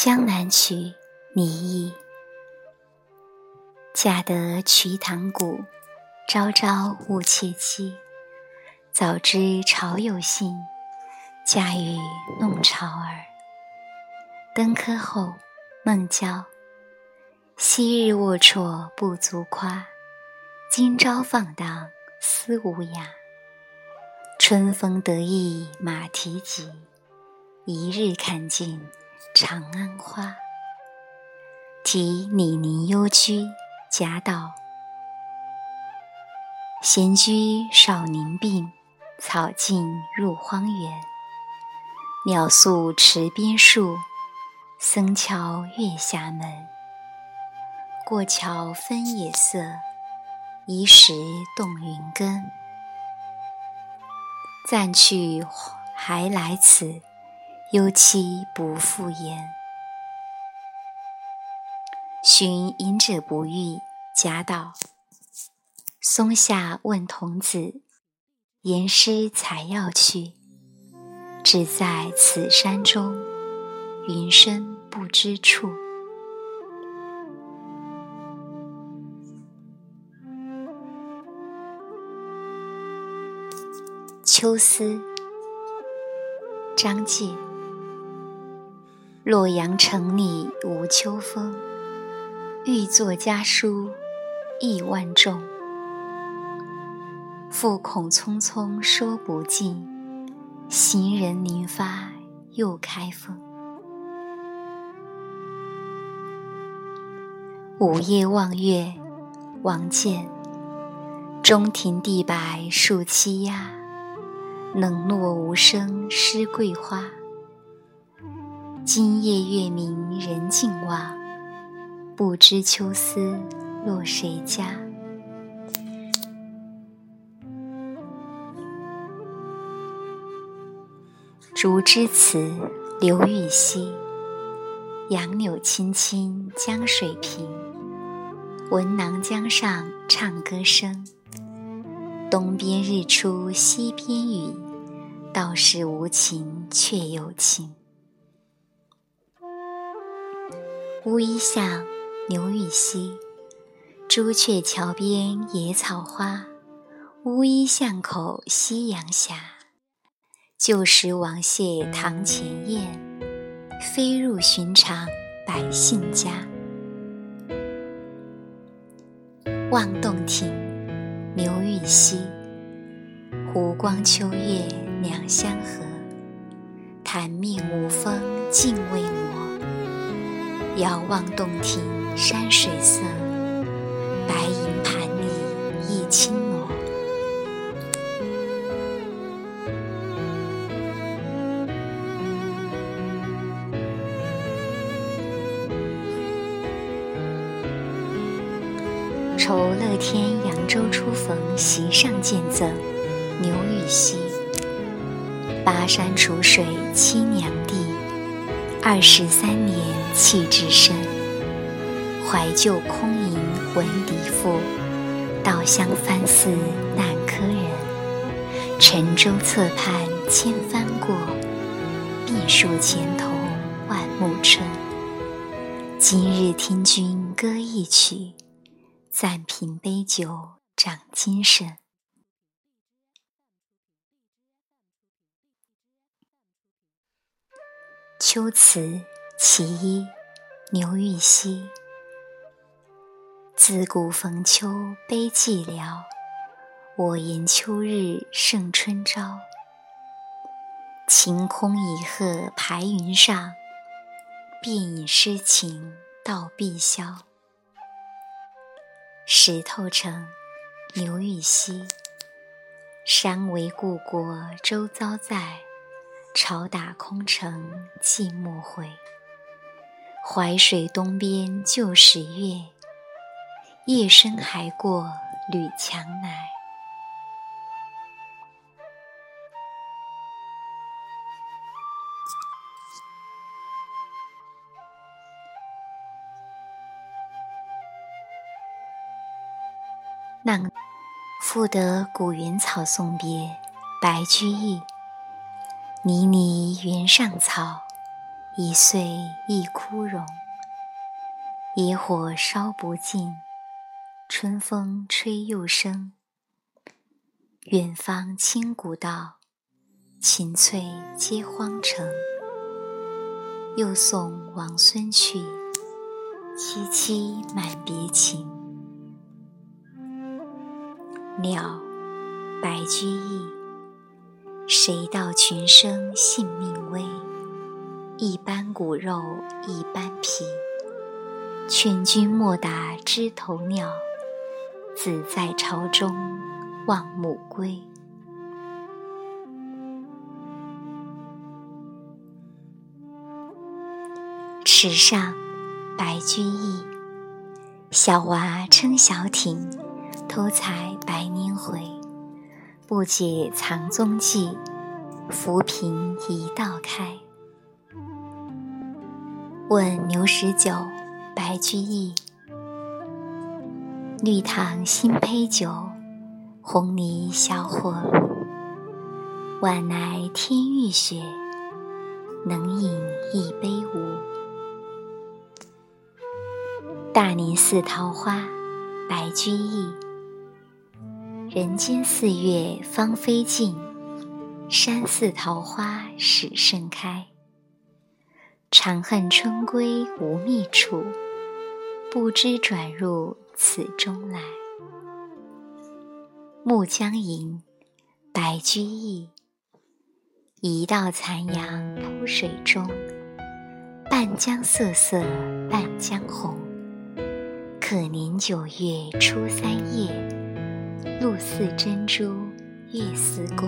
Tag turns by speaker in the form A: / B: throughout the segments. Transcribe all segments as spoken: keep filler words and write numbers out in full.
A: 江南曲·李益。驾得瞿塘古，朝朝暮切期。早知潮有信，驾驭弄潮儿。登科后，孟郊。昔日龌龊不足夸，今朝放荡思无涯。春风得意马蹄疾，一日看尽长安花。题李宁幽居贾岛。闲居少宁病，草径入荒原。鸟宿池边树，僧敲月下门。过桥分野色，移石动云根。暂去还来此，忧期不复言。寻隐者不遇，贾岛。松下问童子，言师采药去。只在此山中，云深不知处。秋思，张介。洛阳城里无秋风，欲作家书意万众。复恐匆匆说不尽，行人临发又开封。午夜望月，王建。中庭地白树栖鸦，冷落无声湿桂花。今夜月明人尽望，不知秋思落谁家。竹枝词，刘禹锡。杨柳青青江水平，闻郎江上唱歌声。东边日出西边雨，道是无晴却有晴。乌衣巷，刘禹锡。朱雀桥边野草花，乌衣巷口夕阳斜。旧时王谢堂前燕，飞入寻常百姓家。望洞庭，刘禹锡。湖光秋月两相和，潭面无风镜未磨。遥望洞庭山水色，白银盘里一青螺。酬乐天扬州初逢席上见赠，刘禹锡。巴山楚水清凉地，二十三年弃置身。怀旧空吟闻笛赋，稻香翻似烂柯人。沉舟侧畔千帆过，碧树前头万木春。今日听君歌一曲，暂凭杯酒长精神。秋词其一，刘禹锡。自古逢秋悲寂寥，我言秋日胜春朝。晴空一鹤排云上，便引诗情到碧霄。石头城，刘禹锡。山为故国周遭在，潮打空城寂寞回。淮水东边旧时月，夜深还过吕墙来。浪赋得古原草送别，白居易。泥泥原上草， 一岁一枯荣。野火烧不尽，春风吹又生。远方清古道，晴翠接荒城。又送王孙去，萋萋满别情。鸟，白居易。谁道群生性命微，一般骨肉一般皮。劝君莫打枝头鸟，子在巢中望母归。池上，白居易。小娃撑小艇，偷采百年回。不解藏踪迹，浮萍一道开。问牛十九，白居易。绿糖新醅酒，红泥小火炉。晚来天欲雪，能饮一杯无？大年寺桃花，白居易。人间四月芳菲尽，山寺桃花始盛开。长恨春归无觅处，不知转入此中来。暮江吟，白居易。一道残阳铺水中，半江瑟瑟半江红。可怜九月初三夜，露似真珠月似弓。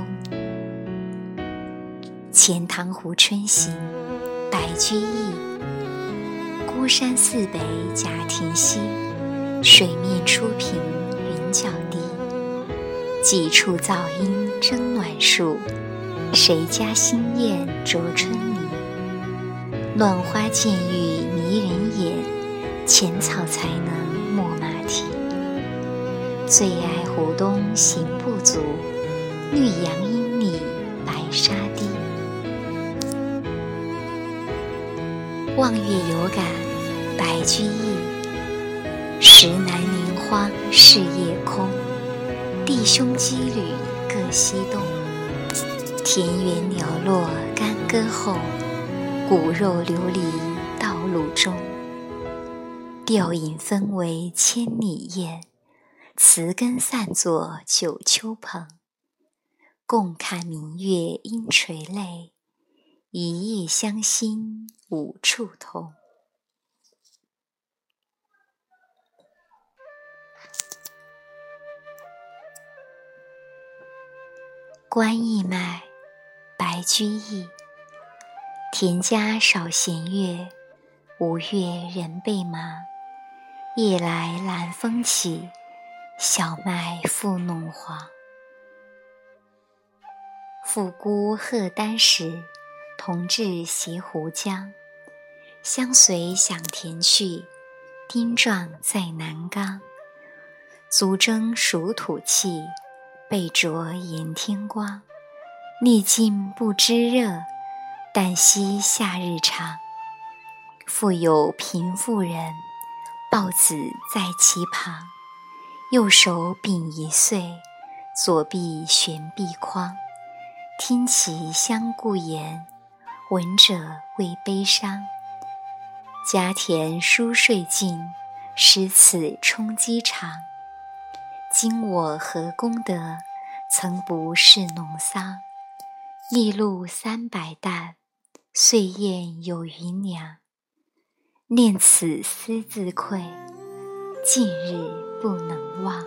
A: 钱塘湖春行，白居易。孤山寺北贾亭西，水面初平云较低。几处噪音争暖树，谁家新燕啄春泥。乱花渐欲迷人眼，浅草才能没马蹄。最爱湖东行不足，绿杨阴里白沙堤。望月有感，白居易。时南林荒是夜空，弟兄羁旅各西东。田园寥落干戈后，骨肉流离道路中。吊影分为千里雁，词根散作九秋蓬。共看明月应垂泪，一夜相心无处同。关驿卖，白居易。田家少闲月，吴越人备忙。夜来兰风起，小麦复弄黄。妇姑贺丹时，同至斜湖江。相随响田去，丁壮在南冈。足征属土气，背着炎天光。历尽不知热，但惜夏日长。复有贫妇人，抱子在其旁。右手秉一岁，左臂悬臂筐。听其相顾言，闻者未悲伤。家田疏税尽，使此充饥肠。今我何功德，曾不是农桑。粒露三百担，岁燕有余粮。念此思自愧，近日不能忘。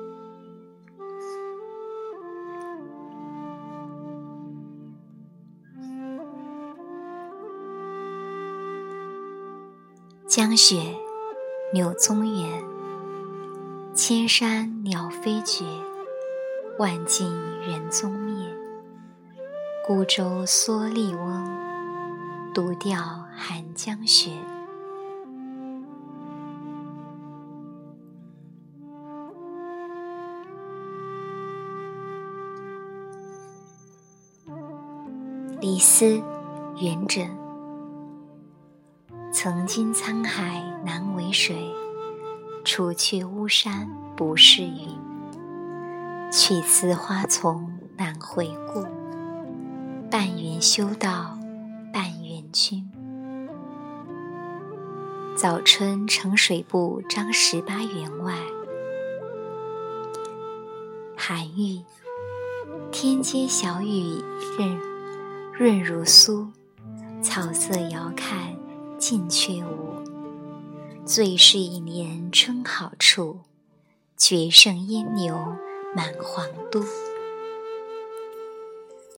A: 江雪，柳宗元。千山鸟飞绝，万径人踪灭。孤舟蓑笠翁，独钓寒江雪。李斯，元稹。 曾经沧海难为水，除却巫山不是云。去此花丛难回顾，半缘修道半缘君。早春呈水部张十八员外。韩愈，天街小雨润润如酥，草色遥看近却无。最是一年春好处，绝胜烟牛满皇都。